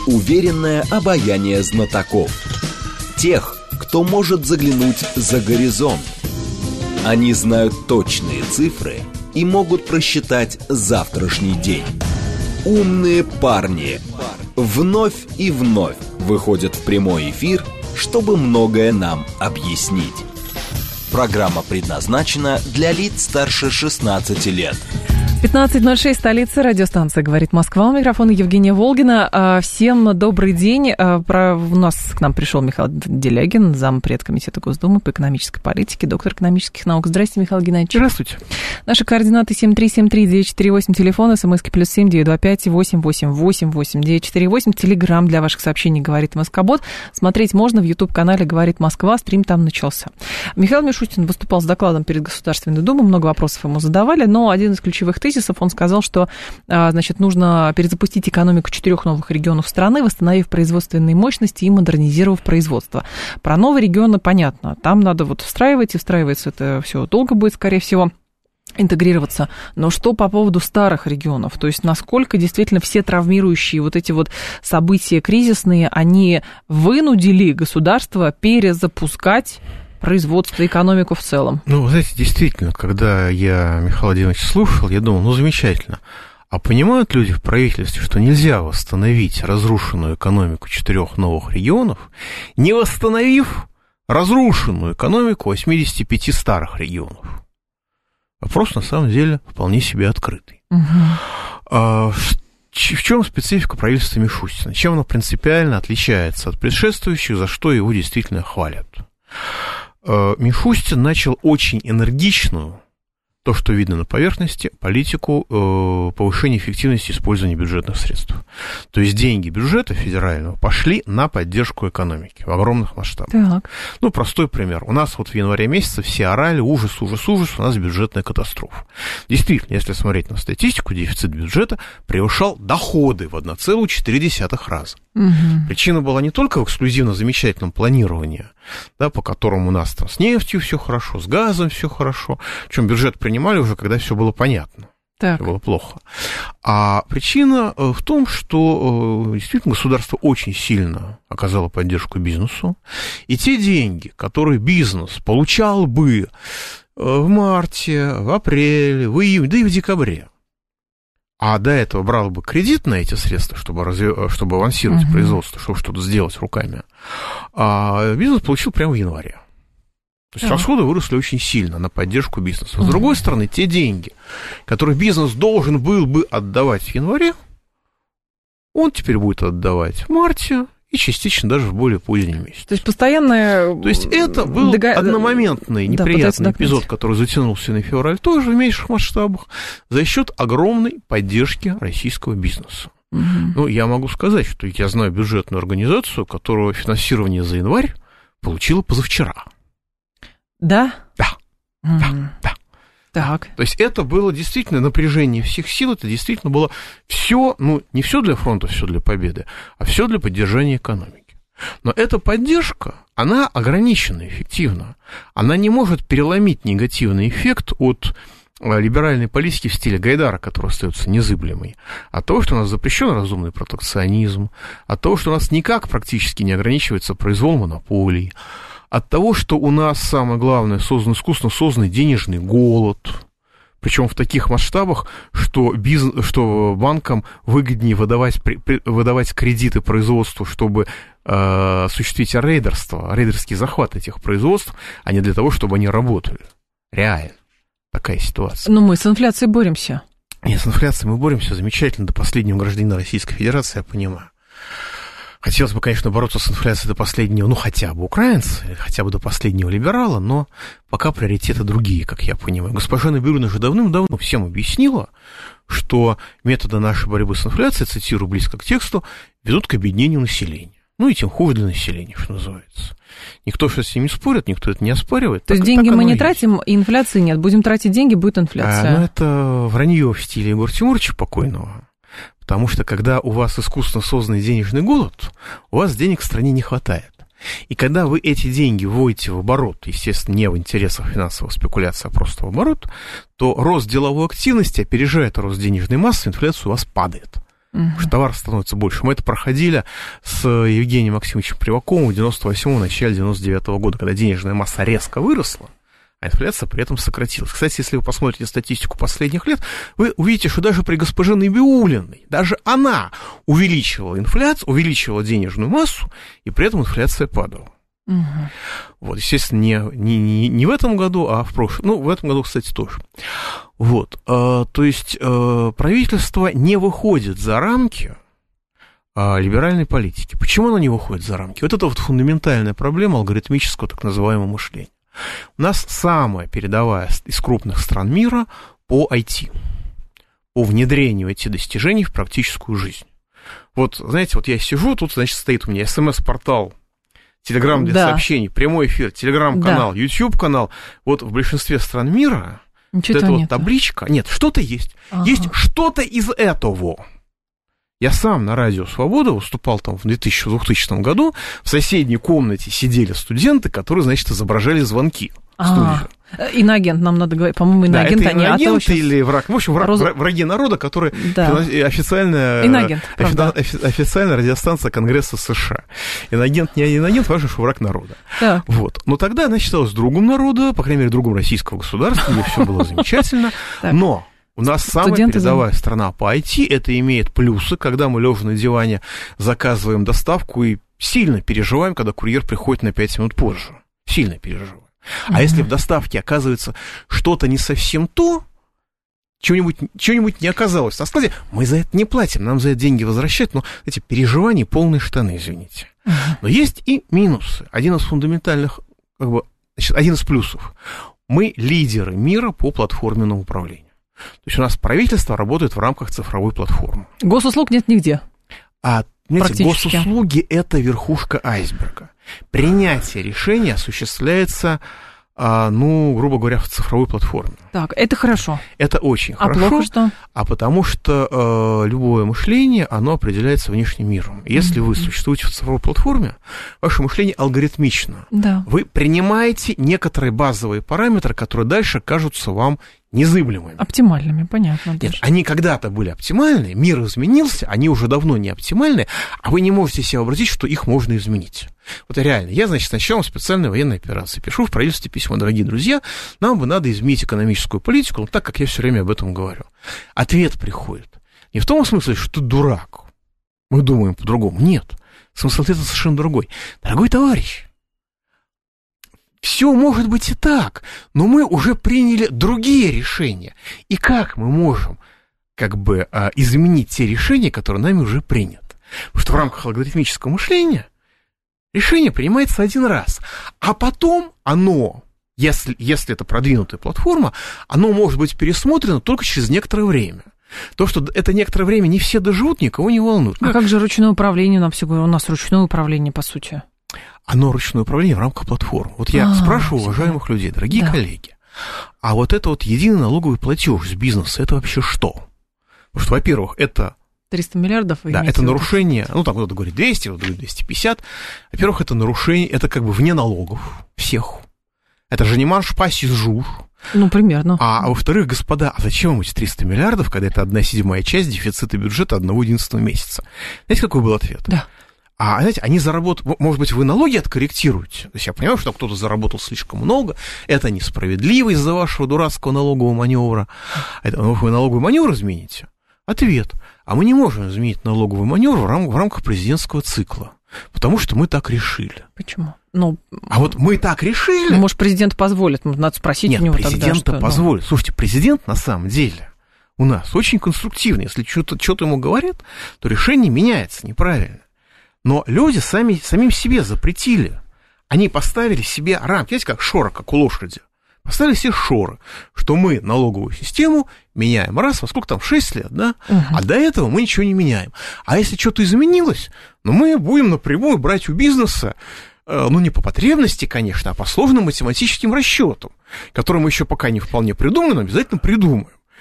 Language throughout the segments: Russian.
Уверенное обаяние знатоков. Тех, кто может заглянуть за горизонт. Они знают точные цифры и могут просчитать завтрашний день. Умные парни вновь и вновь выходят в прямой эфир, чтобы многое нам объяснить. Программа предназначена для лиц старше 16 лет. 15:06, столица, радиостанция «Говорит Москва». У микрофона Евгения Волгина. Всем добрый день. У нас к нам пришел Михаил Делягин, зампред комитета Госдумы по экономической политике, доктор экономических наук. Здравствуйте, Михаил Геннадьевич. Здравствуйте. Наши координаты 7373948, телефон, смски +7 925 888 948, телеграм для ваших сообщений «Говорит Москобот». Смотреть можно в YouTube-канале «Говорит Москва», стрим там начался. Михаил Мишустин выступал с докладом перед Государственной Думой, много вопросов ему задавали, но один из ключевых тезисов он сказал, что, значит, нужно перезапустить экономику 4 новых регионов страны, восстановив производственные мощности и модернизировав производство. Про новые регионы понятно. Там надо вот встраивать, и встраивается это все долго будет, скорее всего, интегрироваться. Но что по поводу старых регионов? То есть насколько действительно все травмирующие вот эти вот события кризисные, они вынудили государство перезапускать производство, экономику в целом? Ну, знаете, действительно, когда я Михаила Владимировича слушал, я думал, замечательно. А понимают люди в правительстве, что нельзя восстановить разрушенную экономику 4 новых регионов, не восстановив разрушенную экономику 85 старых регионов? Вопрос, на самом деле, вполне себе открытый. В чем специфика правительства Мишустина? Чем оно принципиально отличается от предшествующих, за что его действительно хвалят? Мишустин начал очень энергичную, то, что видно на поверхности, политику повышения эффективности использования бюджетных средств. То есть деньги бюджета федерального пошли на поддержку экономики в огромных масштабах. Так. Ну, простой пример. У нас вот в январе месяце все орали: ужас, ужас, ужас, у нас бюджетная катастрофа. Действительно, если смотреть на статистику, дефицит бюджета превышал доходы в 1,4 раза. Угу. Причина была не только в эксклюзивно замечательном планировании, да, по которому у нас там с нефтью все хорошо, с газом все хорошо, причем бюджет принимали уже, когда все было понятно, все было плохо. А причина в том, что действительно государство очень сильно оказало поддержку бизнесу, и те деньги, которые бизнес получал бы в марте, в апреле, в июне, да и в декабре, а до этого брал бы кредит на эти средства, чтобы авансировать производство, чтобы что-то сделать руками, а бизнес получил прямо в январе. То есть расходы выросли очень сильно на поддержку бизнеса. С другой стороны, те деньги, которые бизнес должен был бы отдавать в январе, он теперь будет отдавать в марте и частично даже в более поздний месяц. То есть постоянное... То есть это был одномоментный неприятный эпизод, который затянулся на февраль, тоже в меньших масштабах, за счет огромной поддержки российского бизнеса. Ну, я могу сказать, что я знаю бюджетную организацию, которая финансирование за январь получила позавчера. Да? Да. Да. Так. То есть это было действительно напряжение всех сил, это действительно было все, ну, не все для фронта, все для победы, а все для поддержания экономики. Но эта поддержка, она ограничена эффективно. Она не может переломить негативный эффект от либеральной политики в стиле Гайдара, которая остается незыблемой, от того, что у нас запрещен разумный протекционизм, от того, что у нас никак практически не ограничивается произвол монополий, от того, что у нас, самое главное, искусственно созданный денежный голод, причем в таких масштабах, что банкам выгоднее выдавать кредиты производству, чтобы осуществить рейдерский захват этих производств, а не для того, чтобы они работали. Реально. Такая ситуация. Но мы с инфляцией боремся. Нет, с инфляцией мы боремся замечательно до последнего гражданина Российской Федерации, я понимаю. Хотелось бы, конечно, бороться с инфляцией до последнего, ну, хотя бы украинца, или хотя бы до последнего либерала, но пока приоритеты другие, как я понимаю. Госпожа Набиуллина же давным-давно всем объяснила, что методы нашей борьбы с инфляцией, цитирую близко к тексту, ведут к обеднению населения. Ну, и тем хуже для населения, что называется. Никто же с ним не спорит, никто это не оспаривает. То есть деньги мы не тратим, и инфляции нет. Будем тратить деньги, будет инфляция. Ну, это вранье в стиле Егора Тимуровича покойного. Потому что, когда у вас искусственно созданный денежный голод, у вас денег в стране не хватает. И когда вы эти деньги вводите в оборот, естественно, не в интересах финансовой спекуляции, а просто в оборот, то рост деловой активности опережает рост денежной массы, инфляция у вас падает. Что товар становится больше. Мы это проходили с Евгением Максимовичем Приваковым в 98-м, начале 99-го года, когда денежная масса резко выросла, а инфляция при этом сократилась. Кстати, если вы посмотрите статистику последних лет, вы увидите, что даже при госпоже Набиуллиной, даже она увеличивала инфляцию, увеличивала денежную массу, и при этом инфляция падала. Вот, естественно, не в этом году, а в прошлом. Ну, в этом году, кстати, тоже. Вот, то есть правительство не выходит за рамки либеральной политики. Почему оно не выходит за рамки? Вот это вот фундаментальная проблема алгоритмического так называемого мышления. У нас самая передовая из крупных стран мира по IT, по внедрению IT-достижений в практическую жизнь. Вот, знаете, вот я сижу, тут, значит, стоит у меня СМС-портал, Телеграм для сообщений, прямой эфир, Телеграм-канал, YouTube-канал. Вот в большинстве стран мира вот эта вот табличка... Нет, что-то есть. Есть что-то из этого. Я сам на Радио Свобода выступал там в 2000 году. В соседней комнате сидели студенты, которые, значит, изображали звонки в студию. Иноагент, нам надо говорить, по-моему, иноагент, это иноагент или враг, в общем, враги народа, которые официальная радиостанция Конгресса США. Иноагент, не иноагент, важно, что враг народа. Так. Вот. Но тогда она считалась другом народа, по крайней мере, другом российского государства, где все было замечательно, но у нас самая передовая страна по IT, это имеет плюсы, когда мы, лежа на диване, заказываем доставку и сильно переживаем, когда курьер приходит на 5 минут позже. Сильно переживаем. А если в доставке оказывается что-то не совсем то, чего-нибудь не оказалось на складе, мы за это не платим, нам за это деньги возвращают, но эти переживания полные штаны, извините. Но есть и минусы. Один из фундаментальных, один из плюсов. Мы лидеры мира по платформенному управлению. То есть у нас правительство работает в рамках цифровой платформы. Госуслуг нет нигде. Знаете, госуслуги – это верхушка айсберга. Принятие решения осуществляется, грубо говоря, в цифровой платформе. Так, это хорошо. Это очень хорошо. А плохо что? Потому что любое мышление, оно определяется внешним миром. Если вы существуете в цифровой платформе, ваше мышление алгоритмично. Да. Вы принимаете некоторые базовые параметры, которые дальше кажутся вам незыблемыми. Оптимальными, понятно. Нет, они когда-то были оптимальны, мир изменился, они уже давно не оптимальны, а вы не можете себе вообразить, что их можно изменить. Вот реально, я, значит, с началом специальной военной операции пишу в правительстве письмо: дорогие друзья, нам бы надо изменить экономическую политику, так как я все время об этом говорю. Ответ приходит не в том смысле, что ты дурак, мы думаем по-другому. Нет, смысл ответа совершенно другой. Дорогой товарищ, все может быть и так, но мы уже приняли другие решения. И как мы можем изменить те решения, которые нами уже приняты? Потому что в рамках алгоритмического мышления решение принимается один раз, а потом оно, если это продвинутая платформа, оно может быть пересмотрено только через некоторое время. То, что это некоторое время не все доживут, никого не волнует. А как же ручное управление? Нам все говорят, у нас ручное управление, по сути. Оно ручное управление в рамках платформы. Вот я спрашиваю уважаемых людей, дорогие коллеги, а вот это вот единый налоговый платеж с бизнеса, это вообще что? Потому что, во-первых, это 300 миллиардов? Да, это нарушение, там кто-то говорит 200, кто-то говорит 250. Во-первых, это нарушение, это вне налогов всех. Это же не манш-паси жуж. Примерно. А во-вторых, господа, а зачем вам эти 300 миллиардов, когда это 1/7 часть дефицита бюджета 1/11 месяца? Знаете, какой был ответ? Да. Знаете, они заработают, может быть, вы налоги откорректируете. То есть я понимаю, что кто-то заработал слишком много, это несправедливо из-за вашего дурацкого налогового маневра. Вы налоговый маневр измените? Ответ: а мы не можем изменить налоговый маневр в рамках президентского цикла, потому что мы так решили. Почему? А вот мы так решили. Может, президент позволит, надо спросить у него тогда. Нет, президента позволит. Слушайте, президент на самом деле у нас очень конструктивный. Если что-то ему говорят, то решение меняется неправильно. Но люди самим себе запретили. Они поставили себе рамки. Знаете, как шора, как у лошади. Поставили себе шоры, что мы налоговую систему меняем раз во сколько там, 6 лет, да? А до этого мы ничего не меняем. А если что-то изменилось, мы будем напрямую брать у бизнеса, не по потребности, конечно, а по сложным математическим расчетам, которые мы еще пока не вполне придумали, но обязательно придумаем.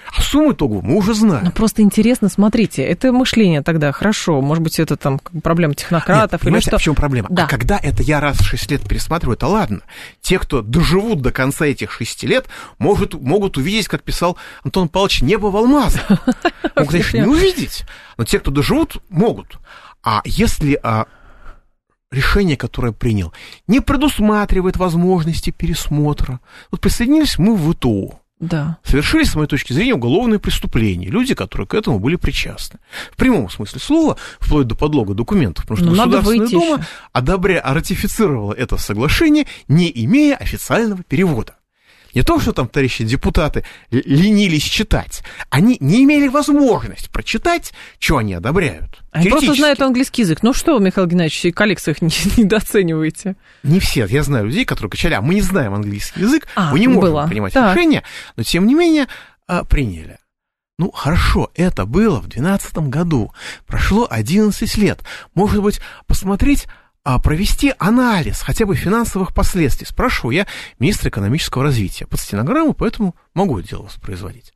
А сумму итоговую мы уже знаем. Ну, просто интересно, смотрите, это мышление тогда, хорошо, может быть, это там проблема технократов. Нет, или что? В чем проблема? Да. А когда это я раз в 6 лет пересматриваю, это ладно. Те, кто доживут до конца этих 6 лет, могут увидеть, как писал Антон Павлович, небо в алмазах. Могут, конечно, не увидеть, но те, кто доживут, могут. А если решение, которое принял, не предусматривает возможности пересмотра, вот присоединились мы в ВТО, да. Совершили, с моей точки зрения, уголовные преступления. Люди, которые к этому были причастны. В прямом смысле слова, вплоть до подлога документов. Потому что Государственная Дума ратифицировала это соглашение, не имея официального перевода. Не то, что там товарищи депутаты ленились читать. Они не имели возможности прочитать, что они одобряют. Они просто знают английский язык. Ну что, Михаил Геннадьевич, и коллег своих недооцениваете? Не все. Я знаю людей, которые кричали, мы не знаем английский язык, мы не можем принимать решения, но тем не менее приняли. Ну, хорошо, это было в 2012 году. Прошло 11 лет. Может быть, посмотреть... провести анализ хотя бы финансовых последствий. Спрашиваю я министра экономического развития. Под стенограмму, поэтому могу это дело воспроизводить.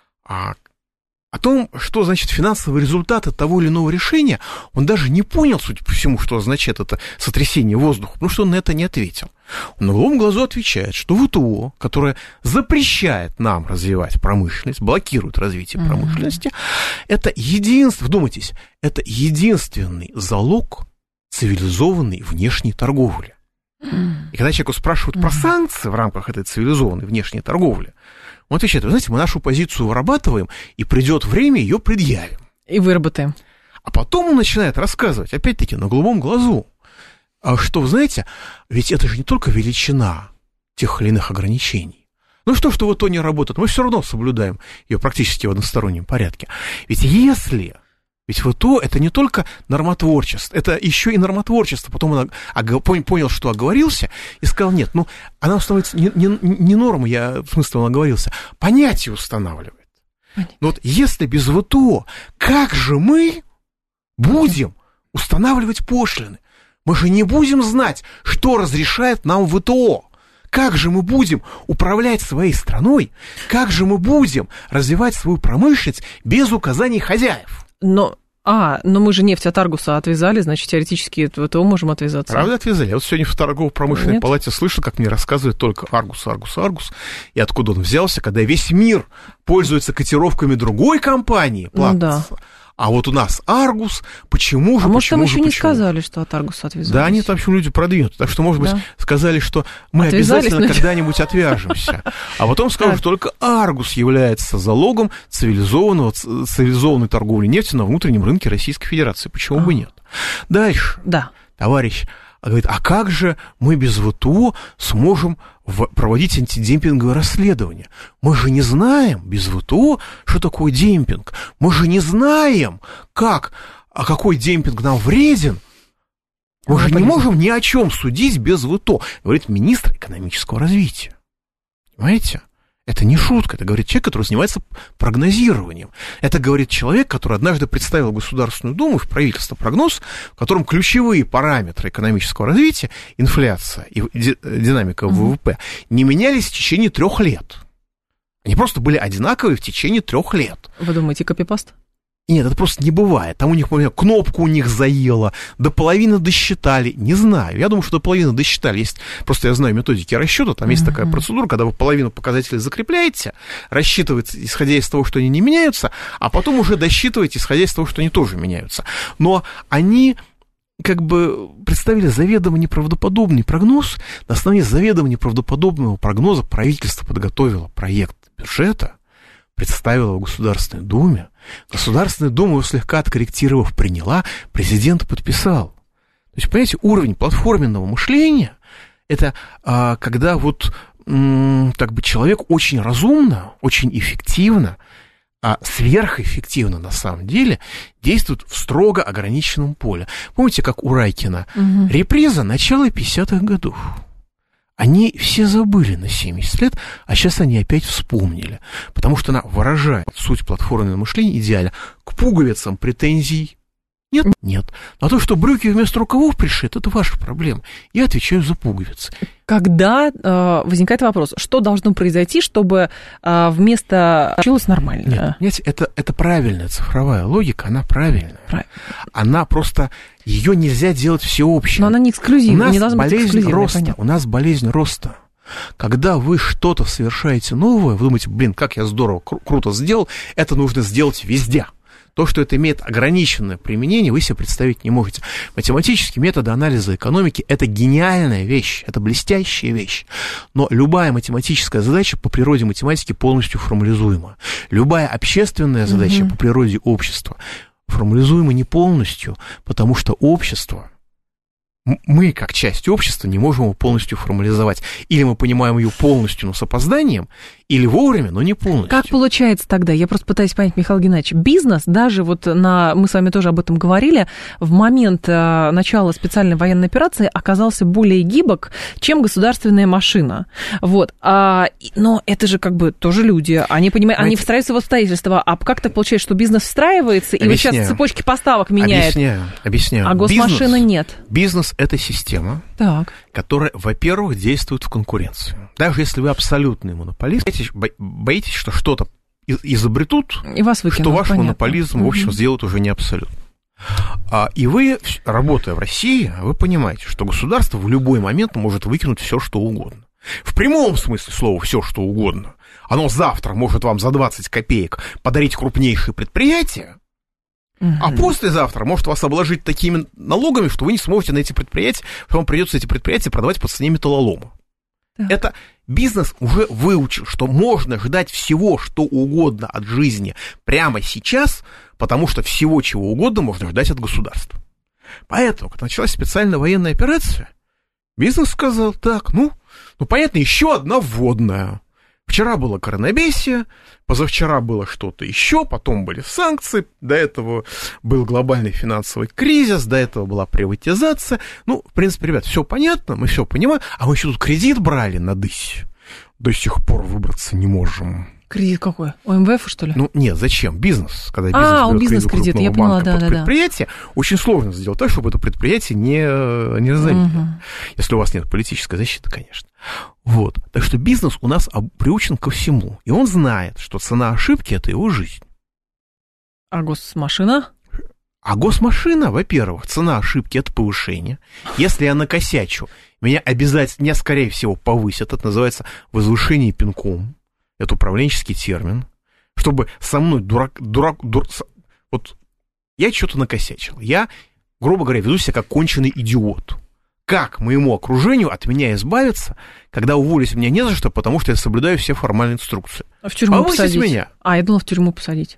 О том, что значит финансовые результаты того или иного решения, он даже не понял, судя по всему, что означает это сотрясение воздуха, потому что он на это не ответил. Он на голубом глазу отвечает, что ВТО, которое запрещает нам развивать промышленность, блокирует развитие промышленности, это вдумайтесь, это единственный залог цивилизованной внешней торговли. И когда человеку спрашивают про санкции в рамках этой цивилизованной внешней торговли, он отвечает, вы знаете, мы нашу позицию вырабатываем, и придет время, ее предъявим. И выработаем. А потом он начинает рассказывать, опять-таки, на голубом глазу, что, вы знаете, ведь это же не только величина тех или иных ограничений. Ну что ВТО не работает, мы все равно соблюдаем ее практически в одностороннем порядке. Ведь ВТО это не только нормотворчество, это еще и нормотворчество. Потом он понял, что оговорился, и сказал, нет, она устанавливается не норму, в смысле он оговорился, понятие устанавливает. Но вот если без ВТО, как же мы будем устанавливать пошлины? Мы же не будем знать, что разрешает нам ВТО. Как же мы будем управлять своей страной? Как же мы будем развивать свою промышленность без указаний хозяев? Но мы же нефть от Аргуса отвязали, значит, теоретически от ВТО можем отвязаться. Правда отвязали? Я вот сегодня в торгово-промышленной палате слышал, как мне рассказывают только Аргус, и откуда он взялся, когда весь мир пользуется котировками другой компании, А вот у нас Аргус, почему же? Может, там еще не сказали, что от Аргуса отвязались? Да, они там еще люди продвинуты. Так что, может быть, сказали, что мы обязательно когда-нибудь отвяжемся. А потом сказали, что только Аргус является залогом цивилизованной торговли нефтью на внутреннем рынке Российской Федерации. Почему бы нет? Дальше. Да. Товарищ говорит, а как же мы без ВТО сможем проводить антидемпинговое расследование? Мы же не знаем без ВТО, что такое демпинг. Мы же не знаем, какой демпинг нам вреден. Мы же не можем ни о чем судить без ВТО, говорит министр экономического развития. Понимаете? Это не шутка, это говорит человек, который занимается прогнозированием. Это говорит человек, который однажды представил в Государственную Думу и в правительство прогноз, в котором ключевые параметры экономического развития, инфляция и динамика ВВП, не менялись в течение 3 лет. Они просто были одинаковые в течение 3 лет. Вы думаете, копипаст? Нет, это просто не бывает. Там у них, кнопку у них заело, до половины досчитали. Не знаю. Я думаю, что до половины досчитали. Просто я знаю методики расчета. Там есть такая процедура, когда вы половину показателей закрепляете, рассчитываете, исходя из того, что они не меняются, а потом уже досчитываете, исходя из того, что они тоже меняются. Но они представили заведомо неправдоподобный прогноз. На основании заведомо неправдоподобного прогноза правительство подготовило проект бюджета, представила в Государственной Думе. Государственная Дума его слегка откорректировав приняла, президент подписал. То есть, понимаете, уровень платформенного мышления – это когда человек очень разумно, очень эффективно, сверхэффективно на самом деле действует в строго ограниченном поле. Помните, как у Райкина? Реприза начала 50-х годов. Они все забыли на 70 лет, а сейчас они опять вспомнили. Потому что она выражает суть платформенного мышления идеально к пуговицам претензий Нет. А то, что брюки вместо рукавов пришит, это ваша проблема. Я отвечаю за пуговицы. Когда возникает вопрос, что должно произойти, чтобы вместо получилось нормально? Нет, понимаете, это правильная цифровая логика, она правильная. Она просто, ее нельзя делать всеобщей. Но она не эксклюзивная, не должна быть эксклюзивной. У нас болезнь роста. Когда вы что-то совершаете новое, вы думаете, как я здорово, круто сделал, это нужно сделать везде. То, что это имеет ограниченное применение, вы себе представить не можете. Математические методы анализа экономики – это гениальная вещь, это блестящая вещь. Но любая математическая задача по природе математики полностью формализуема. Любая общественная задача по природе общества формализуема не полностью, потому что общество, мы, как часть общества, не можем его полностью формализовать. Или мы понимаем ее полностью, но с опозданием, или вовремя, но не полностью. Как получается тогда? Я просто пытаюсь понять, Михаил Геннадьевич. Бизнес, даже мы с вами тоже об этом говорили, в момент начала специальной военной операции оказался более гибок, чем государственная машина. Вот. Но это же тоже люди. Они понимают, они встраиваются в обстоятельства. А как так получается, что бизнес встраивается, и вот сейчас цепочки поставок меняет? Объясняю. А госмашины нет. Бизнес – это система, которая, во-первых, действует в конкуренции. Даже если вы абсолютный монополист, боитесь, что что-то изобретут, и вас выкинут, что ваш монополизм, в общем, сделают уже не абсолютно. И вы, работая в России, вы понимаете, что государство в любой момент может выкинуть все, что угодно. В прямом смысле слова все, что угодно. Оно завтра может вам за 20 копеек подарить крупнейшие предприятия, а послезавтра может вас обложить такими налогами, что вы не сможете на эти предприятия, что вам придется эти предприятия продавать по цене металлолома. Это бизнес уже выучил, что можно ждать всего, что угодно от жизни прямо сейчас, потому что всего, чего угодно можно ждать от государства. Поэтому, когда началась специальная военная операция, бизнес сказал, понятно, еще одна вводная. Вчера было коронабесие, позавчера было что-то еще, потом были санкции, до этого был глобальный финансовый кризис, до этого была приватизация. В принципе, ребят, все понятно, мы все понимаем, а мы еще тут кредит брали на ДЫС. До сих пор выбраться не можем. Кредит какой? У МВФ, что ли? Нет, зачем? Бизнес, когда бизнес берет кредит я поняла, под предприятие, очень сложно сделать так, чтобы это предприятие не разорили. Если у вас нет политической защиты, конечно. Вот. Так что бизнес у нас приучен ко всему. И он знает, что цена ошибки – это его жизнь. А госмашина? А госмашина, во-первых, цена ошибки – это повышение. Если я накосячу, меня скорее всего, повысят. Это называется возвышение пинком. Это управленческий термин. Чтобы со мной вот я что-то накосячил. Я, грубо говоря, веду себя как конченый идиот. Как моему окружению от меня избавиться, когда уволить меня не за что, потому что я соблюдаю все формальные инструкции? А в тюрьму посадить? Меня. Я думала, в тюрьму посадить.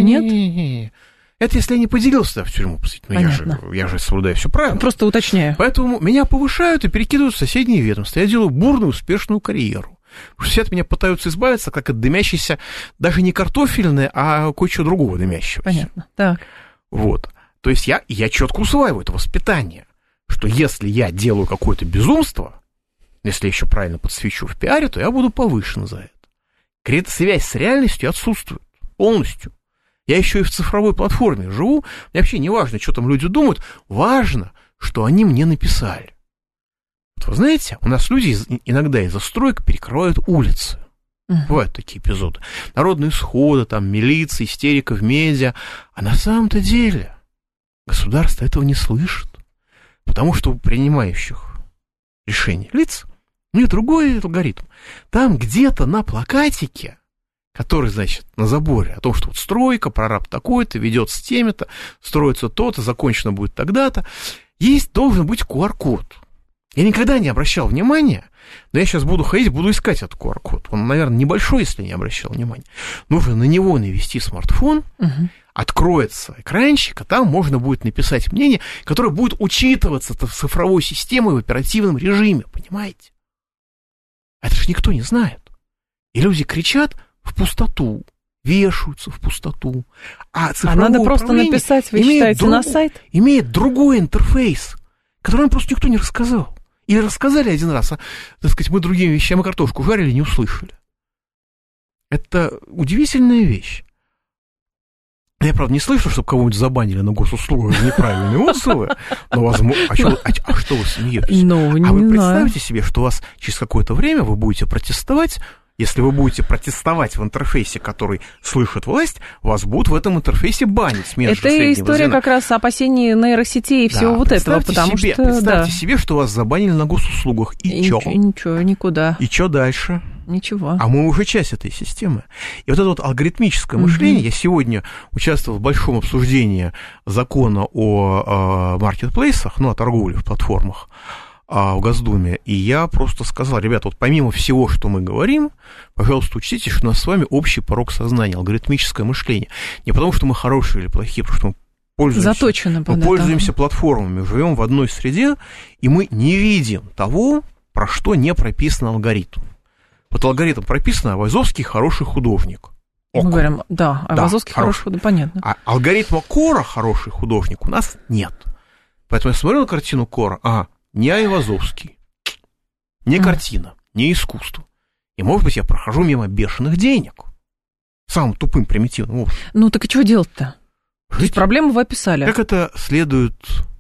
Нет? Это если я не поделился, в тюрьму посадить. Я же соблюдаю все правильно. Просто уточняю. Поэтому меня повышают и перекидывают в соседние ведомства. Я делаю бурную, успешную карьеру. Все от меня пытаются избавиться, как от дымящейся, даже не картофельной, а кое-чего другого дымящегося. Понятно, так. Вот. То есть я четко усваиваю это воспитание, что если я делаю какое-то безумство, если я еще правильно подсвечу в пиаре, то я буду повышен за это. Какая-то связь с реальностью отсутствует полностью. Я еще и в цифровой платформе живу, мне вообще не важно, что там люди думают, важно, что они мне написали. Вы знаете, у нас люди иногда из-за строек перекрывают улицы. Бывают такие эпизоды. Народные сходы, милиция, истерика в медиа. А на самом-то деле государство этого не слышит. Потому что у принимающих решения лиц нет другой алгоритм. Там где-то на плакатике, который, на заборе, о том, что стройка, прораб такой-то, ведет с теми-то, строится то-то, закончено будет тогда-то, должен быть QR-код. Я никогда не обращал внимания, но я сейчас буду ходить, буду искать этот QR-код. Он, наверное, небольшой, если не обращал внимания. Нужно на него навести смартфон, откроется экранчик, а там можно будет написать мнение, которое будет учитываться в цифровой системе в оперативном режиме, понимаете? Это же никто не знает. И люди кричат в пустоту, вешаются в пустоту. А надо просто написать, вы считаете, на сайт? Имеет другой интерфейс, который нам просто никто не рассказал. Или рассказали один раз, мы другими вещами картошку жарили, не услышали. Это удивительная вещь. Я, правда, не слышу, чтобы кого-нибудь забанили на госуслугах за неправильные отзывы, но, возможно... А что вы смеетесь? Вы представьте себе, что у вас через какое-то время вы будете протестовать. Если вы будете протестовать в интерфейсе, который слышит власть, вас будут в этом интерфейсе банить с менеджера среднего звена. Это история как раз опасений нейросетей и всего вот этого, потому что... Представьте себе, что вас забанили на госуслугах, и чё? Ничего, никуда. И чё дальше? Ничего. А мы уже часть этой системы. И вот это вот алгоритмическое мышление, я сегодня участвовал в большом обсуждении закона о маркетплейсах, о торговле в платформах, в Госдуме, и я просто сказал: ребята, вот помимо всего, что мы говорим, пожалуйста, учтите, что у нас с вами общий порог сознания, алгоритмическое мышление. Не потому, что мы хорошие или плохие, потому что мы пользуемся платформами, живем в одной среде, и мы не видим того, про что не прописан алгоритм. Вот алгоритм прописан: Айвазовский хороший художник. Мы говорим, Айвазовский хороший художник, понятно. А алгоритма Кора хороший художник у нас нет. Поэтому я смотрю на картину Кора, не Айвазовский, не картина, не искусство. И, может быть, я прохожу мимо бешеных денег. Самым тупым, примитивным образом. Так и что делать-то? То есть проблему вы описали. Как это следует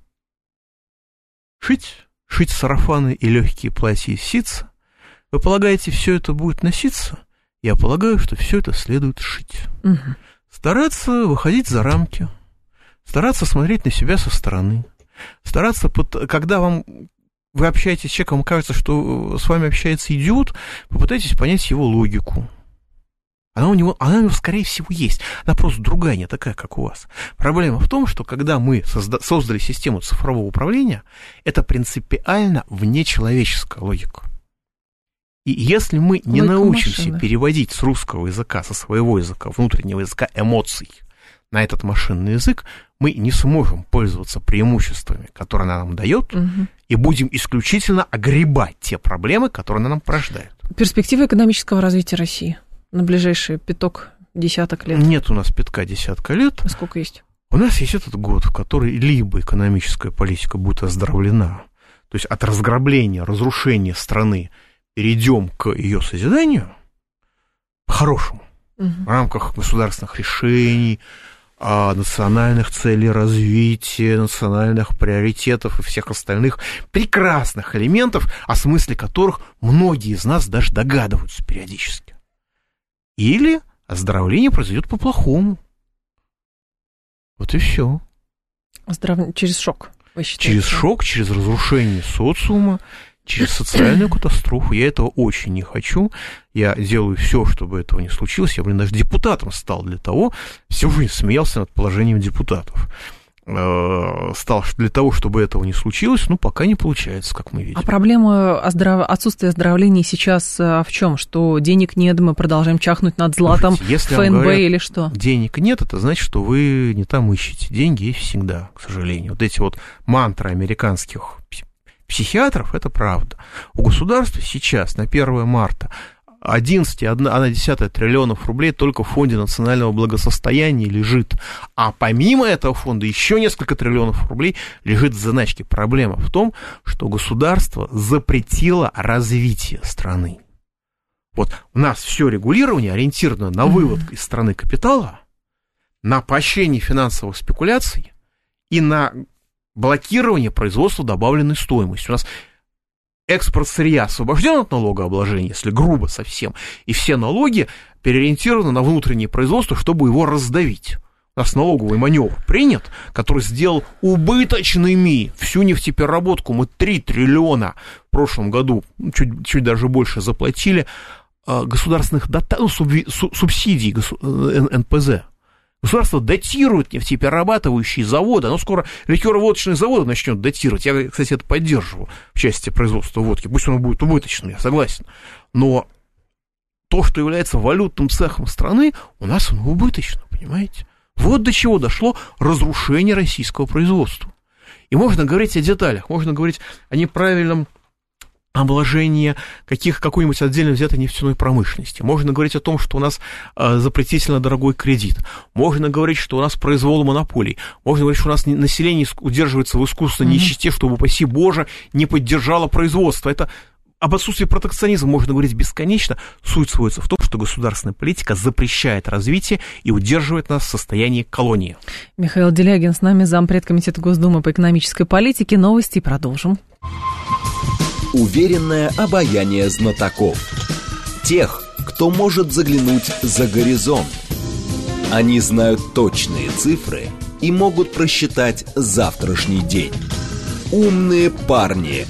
шить? Шить сарафаны и легкие платья из ситца? Вы полагаете, все это будет носиться? Я полагаю, что все это следует шить. Стараться выходить за рамки, стараться смотреть на себя со стороны, стараться, когда вы общаетесь с человеком, вам кажется, что с вами общается идиот, попытайтесь понять его логику. Она у него, скорее всего, есть. Она просто другая, не такая, как у вас. Проблема в том, что когда мы создали систему цифрового управления, это принципиально внечеловеческая логика. И если мы не научимся переводить с русского языка, со своего языка, внутреннего языка эмоций на этот машинный язык, мы не сможем пользоваться преимуществами, которые она нам дает, и будем исключительно огребать те проблемы, которые она нам порождает. Перспективы экономического развития России на ближайшие десяток лет? Нет у нас десятка лет. А сколько есть? У нас есть этот год, в который либо экономическая политика будет оздоровлена, то есть от разграбления, разрушения страны перейдем к ее созиданию по-хорошему, в рамках государственных решений, национальных целей развития, национальных приоритетов и всех остальных прекрасных элементов, о смысле которых многие из нас даже догадываются периодически. Или оздоровление произойдет по-плохому. Вот и все. Через шок, вы считаете? Через шок, через разрушение социума, через социальную катастрофу. Я этого очень не хочу. Я делаю все, чтобы этого не случилось. Я, даже депутатом стал для того, всю жизнь смеялся над положением депутатов. Стал для того, чтобы этого не случилось, пока не получается, как мы видим. А проблема отсутствия оздоровления сейчас в чем? Что денег нет, мы продолжаем чахнуть над златом ФНБ или что? Денег нет, это значит, что вы не там ищете. Деньги есть всегда, к сожалению. Вот эти вот мантры американских психиатров, это правда. У государства сейчас на 1 марта 11,1 триллионов рублей только в Фонде национального благосостояния лежит. А помимо этого фонда еще несколько триллионов рублей лежит в заначке. Проблема в том, что государство запретило развитие страны. Вот у нас все регулирование ориентировано на вывод из страны капитала, на поощрение финансовых спекуляций и на блокирование производства добавленной стоимости. У нас экспорт сырья освобожден от налогообложения, если грубо совсем, и все налоги переориентированы на внутреннее производство, чтобы его раздавить. У нас налоговый маневр принят, который сделал убыточными всю нефтепереработку. Мы 3 триллиона в прошлом году, чуть даже больше заплатили государственных субсидий НПЗ. Государство датирует нефтеперерабатывающие заводы. Оно скоро ликероводочные заводы начнет датировать. Я, кстати, это поддерживаю в части производства водки. Пусть оно будет убыточным, я согласен. Но то, что является валютным цехом страны, у нас оно убыточно, понимаете? Вот до чего дошло разрушение российского производства. И можно говорить о деталях, можно говорить о неправильном обложение какой-нибудь отдельно взятой нефтяной промышленности. Можно говорить о том, что у нас запретительно дорогой кредит. Можно говорить, что у нас произвол монополий. Можно говорить, что у нас население удерживается в искусственной нищете, чтобы, упаси Боже, не поддержало производство. Это об отсутствии протекционизма можно говорить бесконечно. Суть сводится в том, что государственная политика запрещает развитие и удерживает нас в состоянии колонии. Михаил Делягин с нами, зампред комитета Госдумы по экономической политике. Новости продолжим. Уверенное обаяние знатоков. Тех, кто может заглянуть за горизонт. Они знают точные цифры и могут просчитать завтрашний день. Умные парни.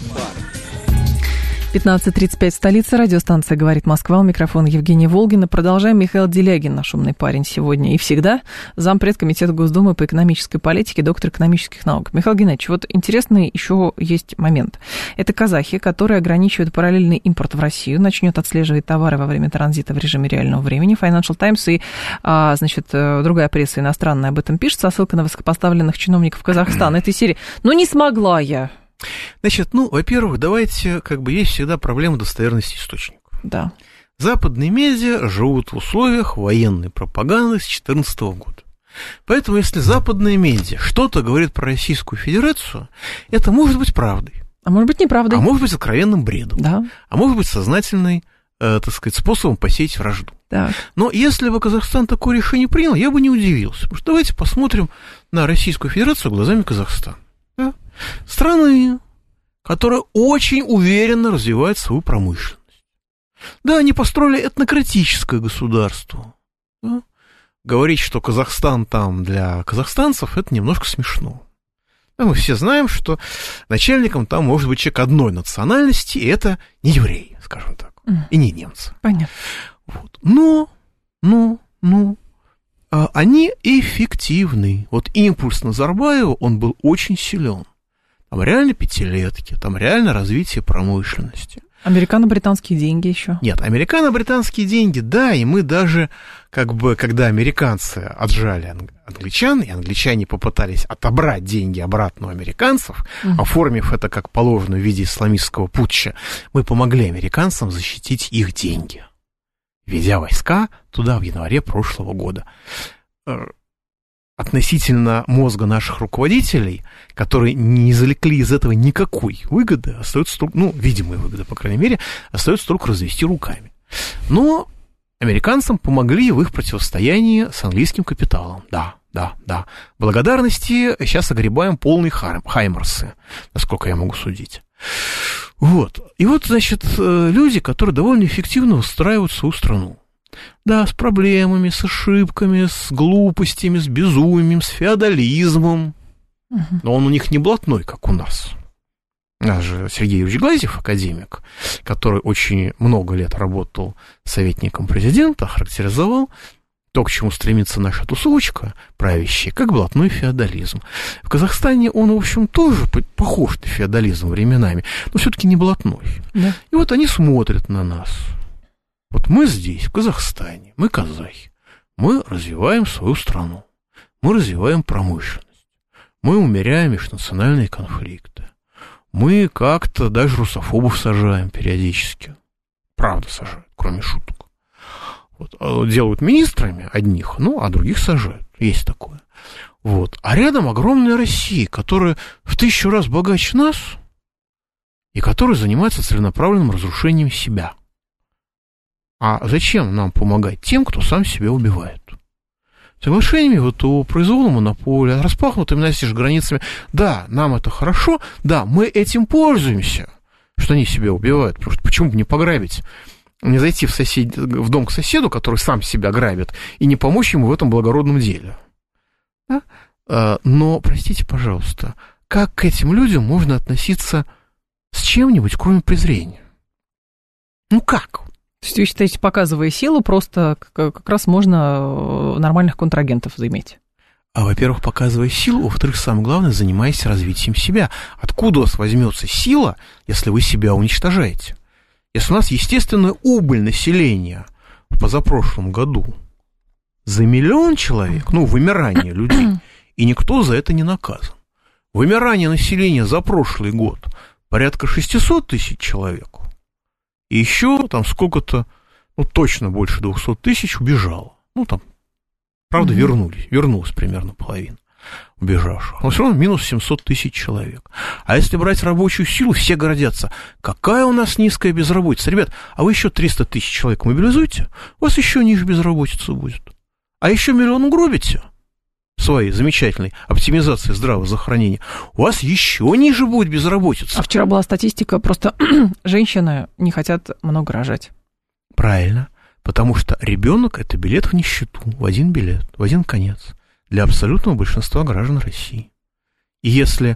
15:35 в столице. Радиостанция «Говорит Москва». У микрофона Евгения Волгина. Продолжаем. Михаил Делягин, наш умный парень сегодня и всегда. Зампред комитета Госдумы по экономической политике, доктор экономических наук. Михаил Геннадьевич, вот интересный еще есть момент. Это казахи, которые ограничивают параллельный импорт в Россию, начнет отслеживать товары во время транзита в режиме реального времени. Financial Times и, другая пресса иностранная об этом пишет, со ссылкой на высокопоставленных чиновников Казахстана. Этой серии. Но не смогла я. Значит, во-первых, давайте, есть всегда проблема достоверности источников. Да. Западные медиа живут в условиях военной пропаганды с 2014 года. Поэтому, если западные медиа что-то говорит про Российскую Федерацию, это может быть правдой. А может быть неправдой. А может быть откровенным бредом. Да. А может быть сознательной, способом посеять вражду. Так. Но если бы Казахстан такое решение принял, я бы не удивился. Потому что давайте посмотрим на Российскую Федерацию глазами Казахстана. Да? Страны, которая очень уверенно развивает свою промышленность. Да, они построили этнократическое государство. Да? Говорить, что Казахстан там для казахстанцев, это немножко смешно. Да, мы все знаем, что начальником там может быть человек одной национальности, и это не евреи, скажем так, и не немцы. Понятно. Вот. Но они эффективны. Вот импульс Назарбаева, он был очень силен. Там реально пятилетки, там реально развитие промышленности. Американо-британские деньги еще. Нет, американо-британские деньги, да, и мы даже, когда американцы отжали англичан, и англичане попытались отобрать деньги обратно у американцев, оформив это как положено в виде исламистского путча, мы помогли американцам защитить их деньги, введя войска туда в январе прошлого года. Относительно мозга наших руководителей, которые не извлекли из этого никакой выгоды, остается только, видимой выгоды, по крайней мере, остается только развести руками. Но американцам помогли в их противостоянии с английским капиталом. Да. Благодарности сейчас огребаем полные хаймарсы, насколько я могу судить. Вот. И люди, которые довольно эффективно устраивают свою страну. Да, с проблемами, с ошибками, с глупостями, с безумием, с феодализмом. Но он у них не блатной, как у нас. У нас же Сергей Юрьевич Глазьев, академик, который очень много лет работал советником президента, характеризовал то, к чему стремится наша тусовочка правящая, как блатной феодализм. В Казахстане он, в общем, тоже похож на феодализм временами, но все-таки не блатной. Да. И вот они смотрят на нас. Вот мы здесь, в Казахстане, мы казахи, мы развиваем свою страну, мы развиваем промышленность, мы умеряем межнациональные конфликты, мы как-то даже русофобов сажаем периодически, правда сажают, кроме шуток. Вот, делают министрами одних, а других сажают, есть такое. Вот. А рядом огромная Россия, которая в 1000 раз богаче нас и которая занимается целенаправленным разрушением себя. А зачем нам помогать тем, кто сам себя убивает? Соглашениями о произволу монополии, распахнутыми настежь границами, да, нам это хорошо, да, мы этим пользуемся, что они себя убивают, потому что почему бы не пограбить, не зайти в дом к соседу, который сам себя грабит, и не помочь ему в этом благородном деле. Да? Но, простите, пожалуйста, как к этим людям можно относиться с чем-нибудь, кроме презрения? Как? То есть вы считаете, показывая силу, просто как раз можно нормальных контрагентов заиметь? Во-первых, показывая силу, во-вторых, самое главное, занимаясь развитием себя. Откуда у вас возьмется сила, если вы себя уничтожаете? Если у нас естественная убыль населения в позапрошлом году за 1 миллион человек, вымирание людей, и никто за это не наказан. Вымирание населения за прошлый год порядка 600 тысяч человек. И еще там сколько-то, точно больше 200 тысяч убежало. Правда, вернулось примерно половина. убежавших, но все равно минус 700 тысяч человек. А если брать рабочую силу, все гордятся, какая у нас низкая безработица. Ребят, а вы еще 300 тысяч человек мобилизуйте, у вас еще ниже безработица будет. А еще 1 миллион угробите своей замечательной оптимизации здравоохранения, у вас еще ниже будет безработица. А вчера была статистика, просто женщины не хотят много рожать. Правильно, потому что ребенок – это билет в нищету, в один билет, в один конец. Для абсолютного большинства граждан России. И если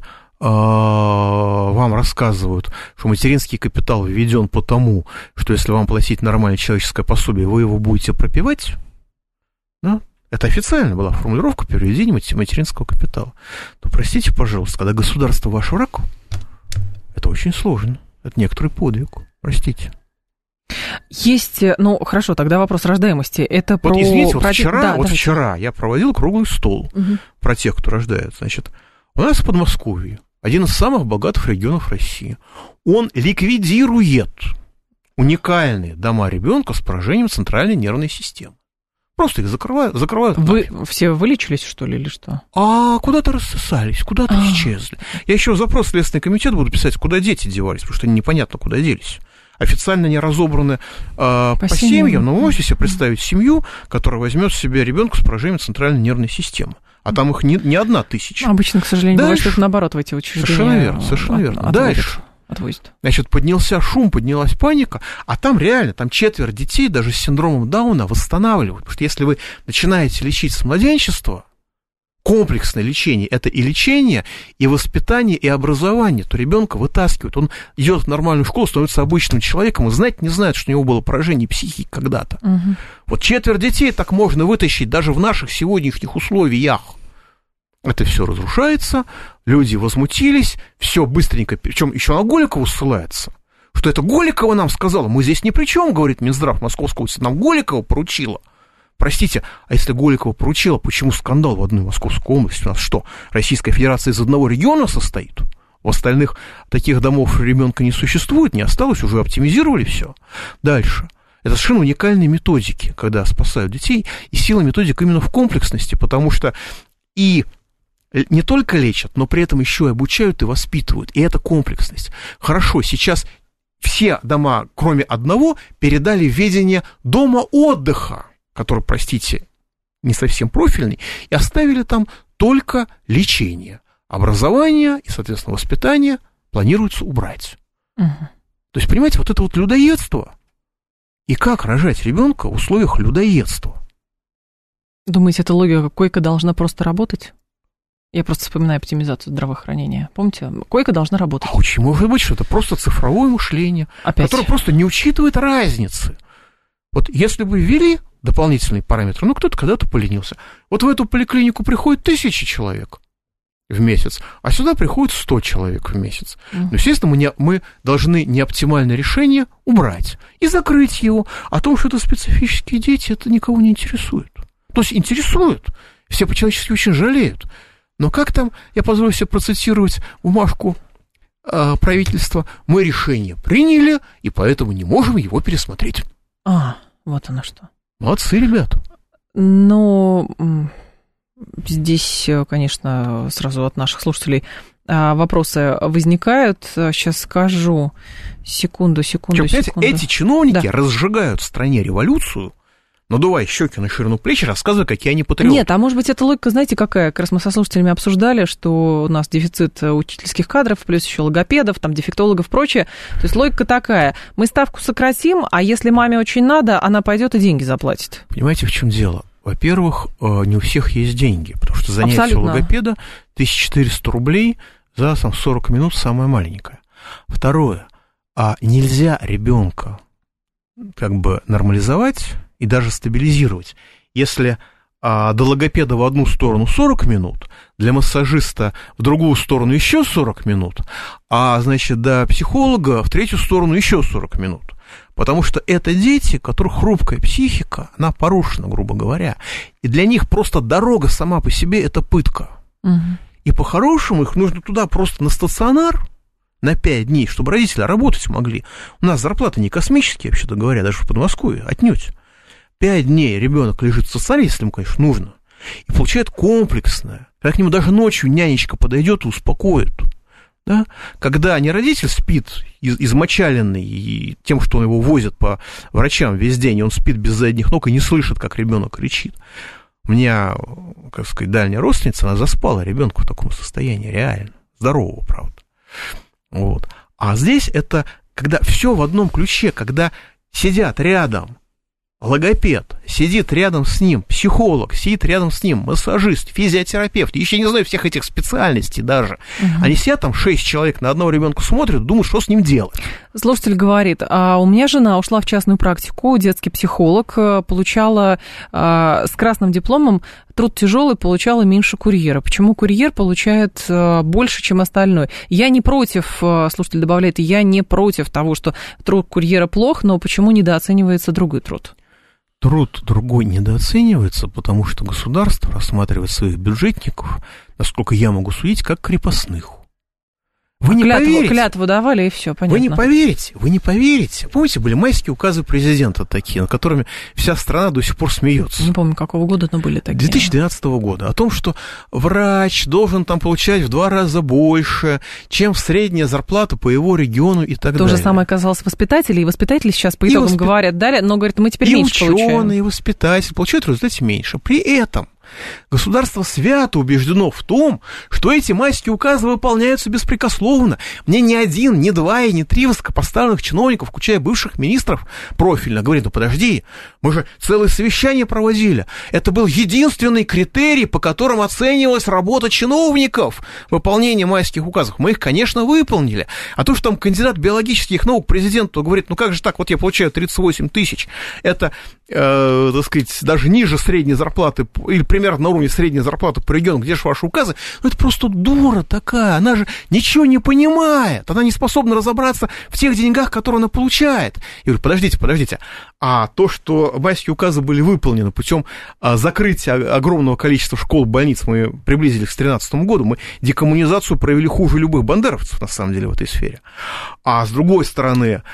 вам рассказывают, что материнский капитал введен потому, что если вам платить нормальное человеческое пособие, вы его будете пропивать, да? Это официально была формулировка переведения материнского капитала, то простите, пожалуйста, когда государство ваш враг, это очень сложно, это некоторый подвиг, простите. Есть, ну, хорошо, тогда вопрос рождаемости. Это вот, про... извините, вот, Да, вчера я проводил круглый стол про тех, кто рождает. Значит, у нас в Подмосковье один из самых богатых регионов России. Он ликвидирует уникальные дома ребенка с поражением центральной нервной системы. Просто их закрывают. Вы все вылечились, что ли, или что? А куда-то рассосались, куда-то исчезли. Я еще запрос в Следственный комитет буду писать, куда дети девались, потому что непонятно, куда делись. Официально не разобраны по семьям, но вы можете себе представить семью, которая возьмет в себя ребенка с поражением центральной нервной системы. А там их не 1000. Обычно, к сожалению, бывает, что это наоборот в эти учреждения. Совершенно верно. Дальше. Отвозят. Значит, поднялся шум, поднялась паника, а там реально, там 4 детей даже с синдромом Дауна восстанавливают. Потому что если вы начинаете лечить с младенчества, комплексное лечение, это и лечение, и воспитание, и образование, то ребенка вытаскивают. Он идет в нормальную школу, становится обычным человеком, и знать не знает, что у него было поражение психики когда-то. Угу. Вот 4 детей так можно вытащить даже в наших сегодняшних условиях. Это все разрушается, люди возмутились, все быстренько, причем еще на Голикову ссылается, что это Голикова нам сказала, мы здесь ни при чем, говорит Минздрав Московского, нам Голикова поручила. Простите, а если Голикова поручила, почему скандал в одной Московской области? У нас что, Российская Федерация из одного региона состоит? В остальных таких домов ребенка не существует, не осталось, уже оптимизировали все. Дальше. Это совершенно уникальные методики, когда спасают детей, и сила методик именно в комплексности, потому что и не только лечат, но при этом еще и обучают и воспитывают, и это комплексность. Хорошо, сейчас все дома, кроме одного, передали в ведение дома отдыха, который, простите, не совсем профильный, и оставили там только лечение. Образование и, соответственно, воспитание планируется убрать. Угу. То есть, понимаете, вот это вот людоедство. И как рожать ребенка в условиях людоедства? Думаете, эта логика койка должна просто работать? Я просто вспоминаю оптимизацию здравоохранения. Помните, койка должна работать. А очень может быть, что это просто цифровое мышление, которое просто не учитывает разницы. Вот если бы ввели дополнительные параметры, ну, кто-то когда-то поленился. Вот в эту поликлинику приходит 1000 человек в месяц, а сюда приходит 100 человек в месяц. Ну, естественно, мы должны неоптимальное решение убрать и закрыть его. О том, что это специфические дети, это никого не интересует. То есть интересует. Все по-человечески очень жалеют. Но как там, я позволю себе процитировать бумажку правительства, мы решение приняли, и поэтому не можем его пересмотреть. Вот оно что. Молодцы, ребята. Ну, здесь, конечно, сразу от наших слушателей вопросы возникают. Сейчас скажу. Секунду. Эти чиновники разжигают в стране революцию, надувая щеки на ширину плеч, рассказывая, какие они патриоты. Нет, а может быть, эта логика, знаете, какая? Как раз мы со слушателями обсуждали, что у нас дефицит учительских кадров, плюс еще логопедов, там, дефектологов и прочее. То есть логика такая. Мы ставку сократим, а если маме очень надо, она пойдет и деньги заплатит. Понимаете, в чем дело? Во-первых, не у всех есть деньги, потому что занятие логопеда 1400 рублей за 40 минут самое маленькое. Второе, нельзя ребенка как бы нормализовать и даже стабилизировать. Если до логопеда в одну сторону 40 минут, для массажиста в другую сторону еще 40 минут, а, значит, до психолога в третью сторону еще 40 минут. Потому что это дети, у которых хрупкая психика, она порушена, грубо говоря, и для них просто дорога сама по себе – это пытка. Угу. И по-хорошему их нужно туда просто на стационар на 5 дней, чтобы родители работать могли. У нас зарплаты не космические, вообще-то говоря, даже в Подмосковье, отнюдь. 5 дней ребенок лежит в стационаре, если ему, конечно, нужно. и получает комплексное. Когда к нему даже ночью нянечка подойдет и успокоит. Да? Когда не родитель спит измочаленный и тем, что он его возит по врачам весь день, и он спит без задних ног и не слышит, как ребенок кричит. У меня, как сказать, дальняя родственница, она заспала ребенка в таком состоянии, реально. Здорового, правда. Вот. А здесь это когда все в одном ключе, когда сидят рядом логопед, сидит рядом с ним психолог, сидит рядом с ним массажист, физиотерапевт, еще не знаю всех этих специальностей даже. Они сидят там, 6 человек на одного ребенка смотрят, думают, что с ним делать. Слушатель говорит, а у меня жена ушла в частную практику, детский психолог, получала с красным дипломом, труд тяжелый, получала меньше курьера. Почему курьер получает больше, чем остальной? Я не против, слушатель добавляет, я не против того, что труд курьера плох, но почему недооценивается другой труд? Труд другой недооценивается, потому что государство рассматривает своих бюджетников, насколько я могу судить, как крепостных. Вы не поверите. Клятву давали, и все, понятно. Вы не поверите. Помните, были майские указы президента такие, над которыми вся страна до сих пор смеется. Не помню, какого года, но были такие. 2012 года. О том, что врач должен там получать в 2 раза больше, чем средняя зарплата по его региону и так далее. То же самое казалось воспитатели, и воспитатели сейчас по итогам говорят, далее, но, говорят, мы теперь меньше получаем. И ученые, и воспитатели получают в результате меньше. При этом государство свято убеждено в том, что эти майские указы выполняются беспрекословно. Мне ни один, ни 2 и ни 3 высокопоставленных чиновников, включая бывших министров профильно, говорит, ну подожди, мы же целое совещание проводили. Это был единственный критерий, по которым оценивалась работа чиновников, выполнение майских указов. Мы их, конечно, выполнили. А то, что там кандидат биологических наук президенту говорит, ну как же так, вот я получаю 38 тысяч, это, так сказать, даже ниже средней зарплаты, или примерно на уровне средней зарплаты по региону, где же ваши указы, ну это просто дура такая, она же ничего не понимает, она не способна разобраться в тех деньгах, которые она получает. Я говорю, подождите, а то, что майские указы были выполнены путем закрытия огромного количества школ, больниц, мы приблизились к 2013 году, мы декоммунизацию провели хуже любых бандеровцев, на самом деле, в этой сфере. А с другой стороны,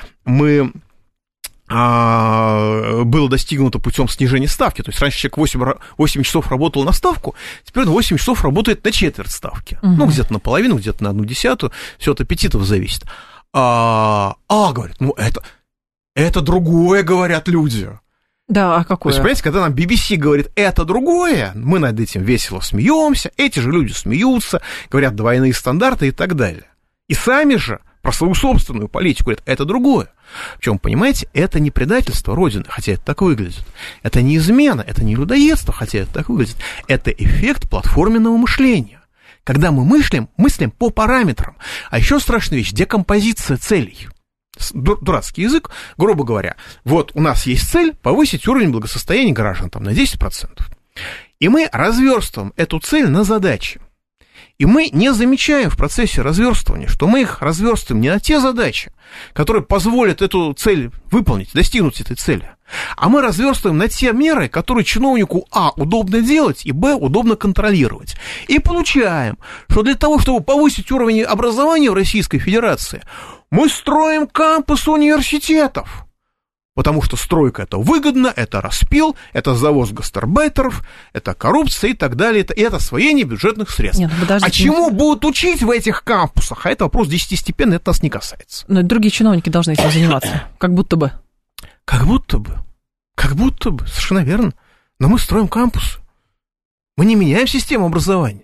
было достигнуто путем снижения ставки. То есть раньше человек 8 часов работал на ставку, теперь он 8 часов работает на четверть ставки. Ну, где-то на половину, где-то на 1/10, все от аппетитов зависит. Говорят, ну, это другое, говорят люди. Да, а какое? То есть, понимаете, когда нам BBC говорит, это другое, мы над этим весело смеемся, эти же люди смеются, говорят двойные стандарты и так далее. И сами же про свою собственную политику говорят, это другое. Причем, понимаете, это не предательство Родины, хотя это так выглядит. Это не измена, это не людоедство, хотя это так выглядит. Это эффект платформенного мышления. Когда мы мыслим по параметрам. А еще страшная вещь – декомпозиция целей. Дурацкий язык, грубо говоря. Вот у нас есть цель повысить уровень благосостояния граждан там, на 10%. И мы разверстываем эту цель на задачи. И мы не замечаем в процессе разверстывания, что мы их разверстываем не на те задачи, которые позволят эту цель выполнить, достигнуть этой цели, а мы разверстываем на те меры, которые чиновнику удобно делать, и удобно контролировать. И получаем, что для того, чтобы повысить уровень образования в Российской Федерации, мы строим кампусы университетов. Потому что стройка – это выгодно, это распил, это завоз гастарбайтеров, это коррупция и так далее, и это освоение бюджетных средств. Нет, чему будут учить в этих кампусах? А это вопрос десятистепенный, это нас не касается. Но другие чиновники должны этим заниматься, как будто бы. Как будто бы, совершенно верно. Но мы строим кампусы. Мы не меняем систему образования.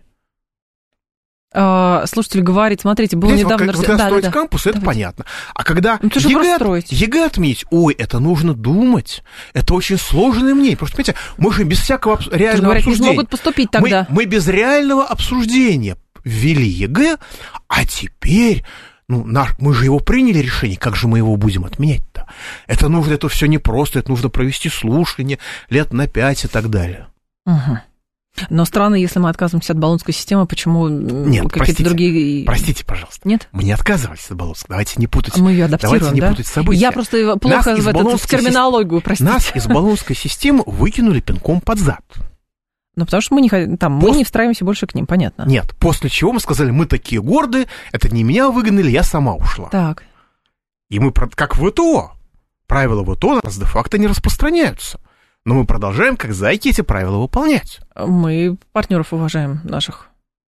Слушатель говорит, смотрите, было недавно... Когда строить кампус, это понятно. А когда ЕГЭ отменить, это нужно думать. Это очень сложное мнение. Потому что, понимаете, мы же без всякого реального обсуждения... не смогут поступить тогда. Мы без реального обсуждения ввели ЕГЭ, а теперь... мы же его приняли решение, как же мы его будем отменять-то? Это все непросто, это нужно провести слушание лет на 5 и так далее. Угу. Но странно, если мы отказываемся от баллонской системы, почему какие-то другие... Простите, пожалуйста. Нет? Мы не отказывались от баллонской. Давайте не путать. Мы ее адаптируем, Давайте не путать события. Я просто плохо в терминологию, простите. Нас из баллонской системы выкинули пинком под зад. Ну, потому что мы не встраиваемся больше к ним, понятно. Нет, после чего мы сказали, мы такие гордые, это не меня выгнали, я сама ушла. Так. И мы, как ВТО, правила ВТО на нас де-факто не распространяются. Но мы продолжаем, как зайки, эти правила выполнять. Мы партнеров уважаем наших.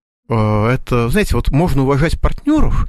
Это, знаете, вот можно уважать партнеров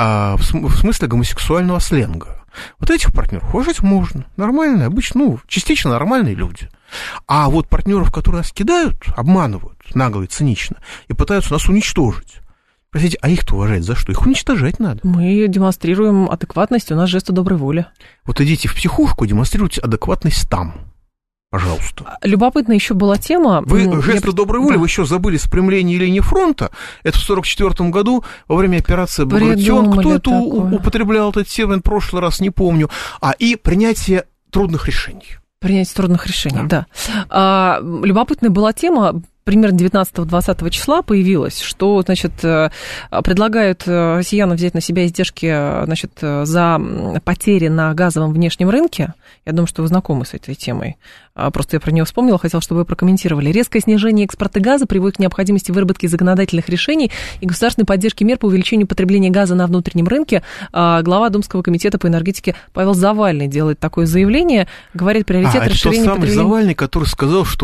в смысле гомосексуального сленга. Вот этих партнеров уважать можно. Нормальные, обычно, частично нормальные люди. А вот партнеров, которые нас кидают, обманывают нагло и цинично, и пытаются нас уничтожить. Простите, а их-то уважать за что? Их уничтожать надо. Мы демонстрируем адекватность, у нас жесты доброй воли. Вот идите в психушку, демонстрируйте адекватность там. Пожалуйста. Любопытная еще была тема. Вы жесты доброй воли, вы еще забыли спрямление линии фронта. Это в 1944 году во время операции «Багратион». Кто это употреблял этот термин в прошлый раз, не помню. И принятие трудных решений. Принятие трудных решений, да. Любопытная была тема. Примерно 19-20 числа появилось, что, значит, предлагают россиянам взять на себя издержки, значит, за потери на газовом внешнем рынке. Я думаю, что вы знакомы с этой темой. Просто я про нее вспомнила, хотела, чтобы вы прокомментировали. Резкое снижение экспорта газа приводит к необходимости выработки законодательных решений и государственной поддержки мер по увеличению потребления газа на внутреннем рынке. Глава Думского комитета по энергетике Павел Завальный делает такое заявление, говорит, приоритет расширения это тот самый Завальный, который сказал, что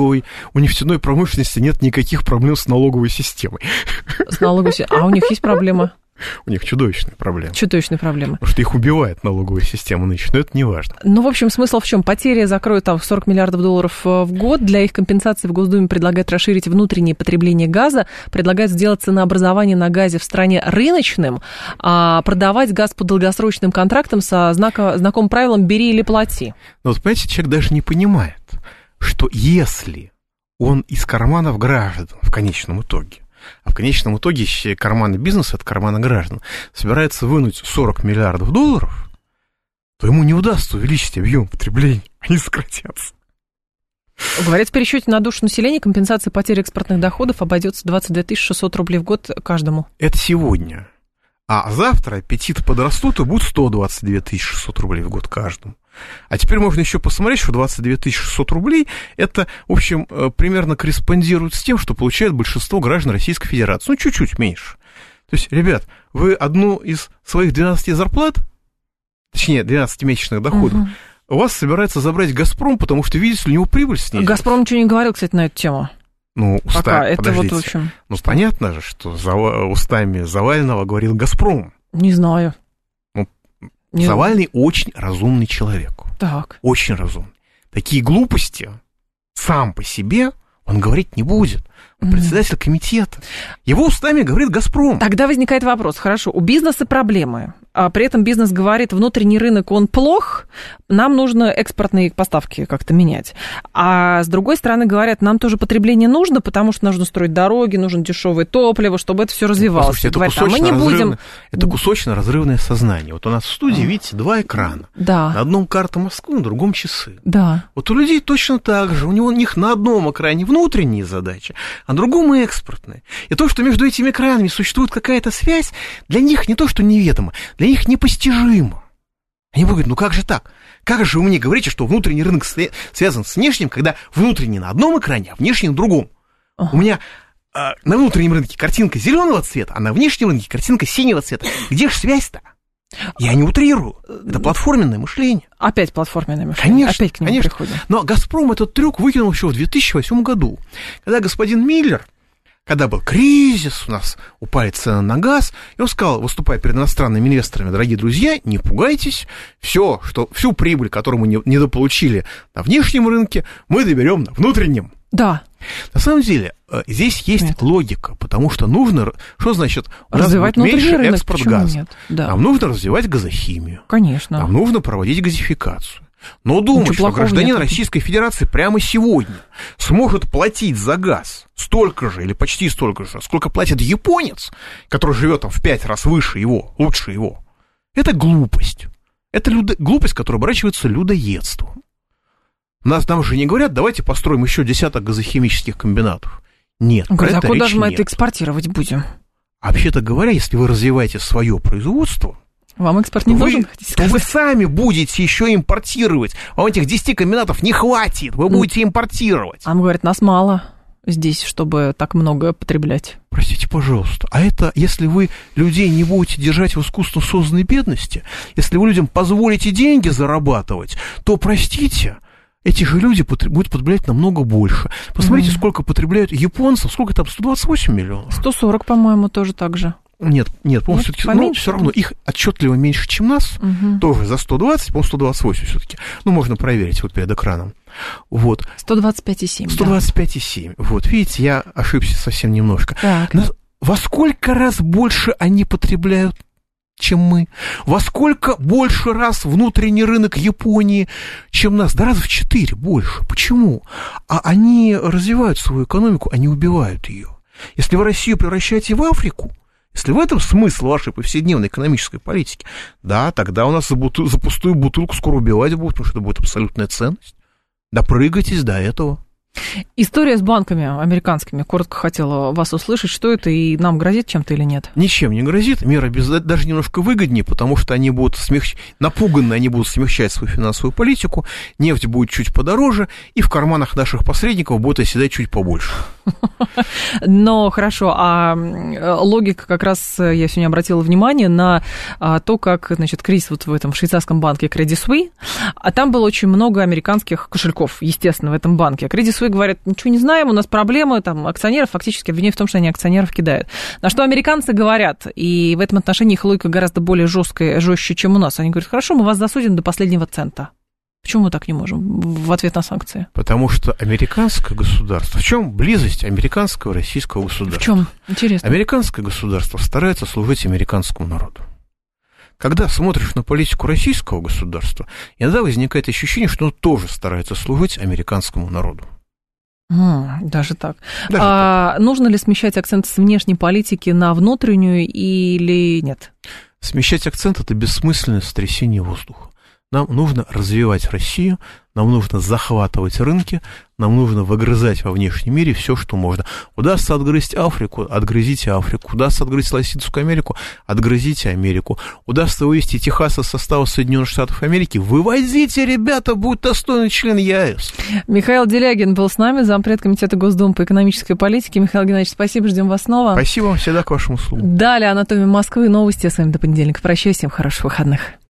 у нефтяной промышленности нет никаких проблем с налоговой системой. С налоговой системой. А у них есть проблема? У них чудовищные проблемы. Чудовищные проблемы. Потому что их убивает налоговая система нынче, но это не важно. Ну, в общем, смысл в чем? Потери закроют там 40 миллиардов долларов в год. Для их компенсации в Госдуме предлагают расширить внутреннее потребление газа, предлагают сделать ценообразование на газе в стране рыночным, а продавать газ по долгосрочным контрактам со знакомым правилом «бери или плати». Но вот, понимаете, человек даже не понимает, что если он из карманов граждан в конечном итоге, а в конечном итоге карманы бизнеса, это карманы граждан, собирается вынуть 40 миллиардов долларов, то ему не удастся увеличить объем потребления, они сократятся. Говорят, в пересчете на душу населения компенсация потери экспортных доходов обойдется 22 600 рублей в год каждому. Это сегодня. А завтра аппетиты подрастут и будут 122 600 рублей в год каждому. А теперь можно еще посмотреть, что 22 600 рублей, это, в общем, примерно корреспондирует с тем, что получает большинство граждан Российской Федерации. Ну, чуть-чуть меньше. То есть, ребят, вы одну из своих 12 зарплат, точнее, 12-месячных доходов, у вас собирается забрать «Газпром», потому что, видите, у него прибыль снизилась. «Газпром» ничего не говорил, кстати, на эту тему. Ну, это подождите. Вот, в общем... Ну, понятно же, что устами Завального говорил «Газпром». Не знаю. Завальный очень разумный человек. Так. Очень разумный. Такие глупости сам по себе он говорить не будет. Он председатель комитета. Его устами говорит «Газпром». Тогда возникает вопрос. Хорошо, у бизнеса проблемы. А при этом бизнес говорит, внутренний рынок, он плох, нам нужно экспортные поставки как-то менять. А с другой стороны говорят, нам тоже потребление нужно, потому что нужно строить дороги, нужно дешевое топливо, чтобы это все развивалось. Послушайте, говорят, мы не будем... Это кусочно-разрывное сознание. Вот у нас в студии, видите, два экрана. Да. На одном карта Москвы, на другом часы. Да. Вот у людей точно так же. У них на одном экране внутренние задачи, а на другом экспортные. И то, что между этими экранами существует какая-то связь, для них не то, что неведомо, для них непостижимо. Они будут говорить, ну как же так? Как же вы мне говорите, что внутренний рынок связан с внешним, когда внутренний на одном экране, а внешний на другом? У меня на внутреннем рынке картинка зеленого цвета, а на внешнем рынке картинка синего цвета. Где же связь-то? Я не утрирую. Это платформенное мышление. Опять платформенное мышление. Конечно, опять к нему приходим. Но «Газпром» этот трюк выкинул еще в 2008 году, когда господин Миллер, когда был кризис, у нас упали цены на газ, и он сказал, выступая перед иностранными инвесторами, дорогие друзья, не пугайтесь, всю прибыль, которую мы недополучили на внешнем рынке, мы доберем на внутреннем. Да. На самом деле, здесь есть логика, потому что нужно, что значит, у нас развивать будет меньше рынок, экспорт газа. Да. Нам нужно развивать газохимию. Конечно. Нам нужно проводить газификацию. Но думать, что гражданин Российской Федерации прямо сегодня сможет платить за газ столько же или почти столько же, сколько платит японец, который живет там в 5 раз выше его, лучше его, это глупость. Это глупость, которая оборачивается людоедством. Нам же не говорят, давайте построим еще 10 газохимических комбинатов. Нет, а куда же мы это экспортировать будем? А вообще-то говоря, если вы развиваете свое производство, вам экспорт не нужен? То вы сами будете еще импортировать. Вам этих 10 комбинатов не хватит, вы будете импортировать. А говорят, нас мало здесь, чтобы так много потреблять. Простите, пожалуйста, а это если вы людей не будете держать в искусственно созданной бедности, если вы людям позволите деньги зарабатывать, то, простите, эти же люди будут потреблять намного больше. Посмотрите, сколько потребляют японцев, сколько там, 128 миллионов? 140, по-моему, тоже так же. Нет, по-моему, все-таки, но все равно их отчетливо меньше, чем нас, тоже за 120, по-моему, 128 все-таки. Ну, можно проверить вот перед экраном. Вот. 125,7. 125,7. Да. Вот, видите, я ошибся совсем немножко. Во сколько раз больше они потребляют, чем мы? Во сколько больше раз внутренний рынок Японии, чем нас? Да раза в 4 больше. Почему? А они развивают свою экономику, они убивают ее. Если вы Россию превращаете в Африку, если в этом смысл вашей повседневной экономической политики, да, тогда у нас за пустую бутылку скоро убивать будут, потому что это будет абсолютная ценность. Допрыгайтесь до этого. История с банками американскими. Коротко хотела вас услышать, что это и нам грозит чем-то или нет? Ничем не грозит. Мера даже немножко выгоднее, потому что они будут напуганные, они будут смягчать свою финансовую политику, нефть будет чуть подороже, и в карманах наших посредников будет оседать чуть побольше. Но хорошо, а логика как раз, я сегодня обратила внимание на то, как, значит, кризис вот в этом швейцарском банке Credit Suisse, а там было очень много американских кошельков, естественно, в этом банке. Credit Suisse говорят, ничего не знаем, у нас проблемы, там, акционеров фактически обвиняют в том, что они акционеров кидают. На что американцы говорят, и в этом отношении их логика гораздо более жестче, чем у нас. Они говорят, хорошо, мы вас засудим до последнего цента. Почему мы так не можем в ответ на санкции? Потому что американское государство... В чем близость американского и российского государства? В чем? Интересно. Американское государство старается служить американскому народу. Когда смотришь на политику российского государства, иногда возникает ощущение, что он тоже старается служить американскому народу. Даже так. Так. Нужно ли смещать акцент с внешней политики на внутреннюю или нет? Смещать акцент – это бессмысленное сотрясение воздуха. Нам нужно развивать Россию, нам нужно захватывать рынки, нам нужно выгрызать во внешнем мире все, что можно. Удастся отгрызть Африку, отгрызите Африку. Удастся отгрызть Латинскую Америку, отгрызите Америку. Удастся вывести Техас из состава Соединенных Штатов Америки, вывозите, ребята, будь достойный член ЕАЭС. Михаил Делягин был с нами, зампред комитета Госдумы по экономической политике. Михаил Геннадьевич, спасибо, ждем вас снова. Спасибо вам, всегда к вашим услугам. Далее «Анатомия Москвы», новости. Я с вами до понедельника. Прощаюсь, всем хороших выходных.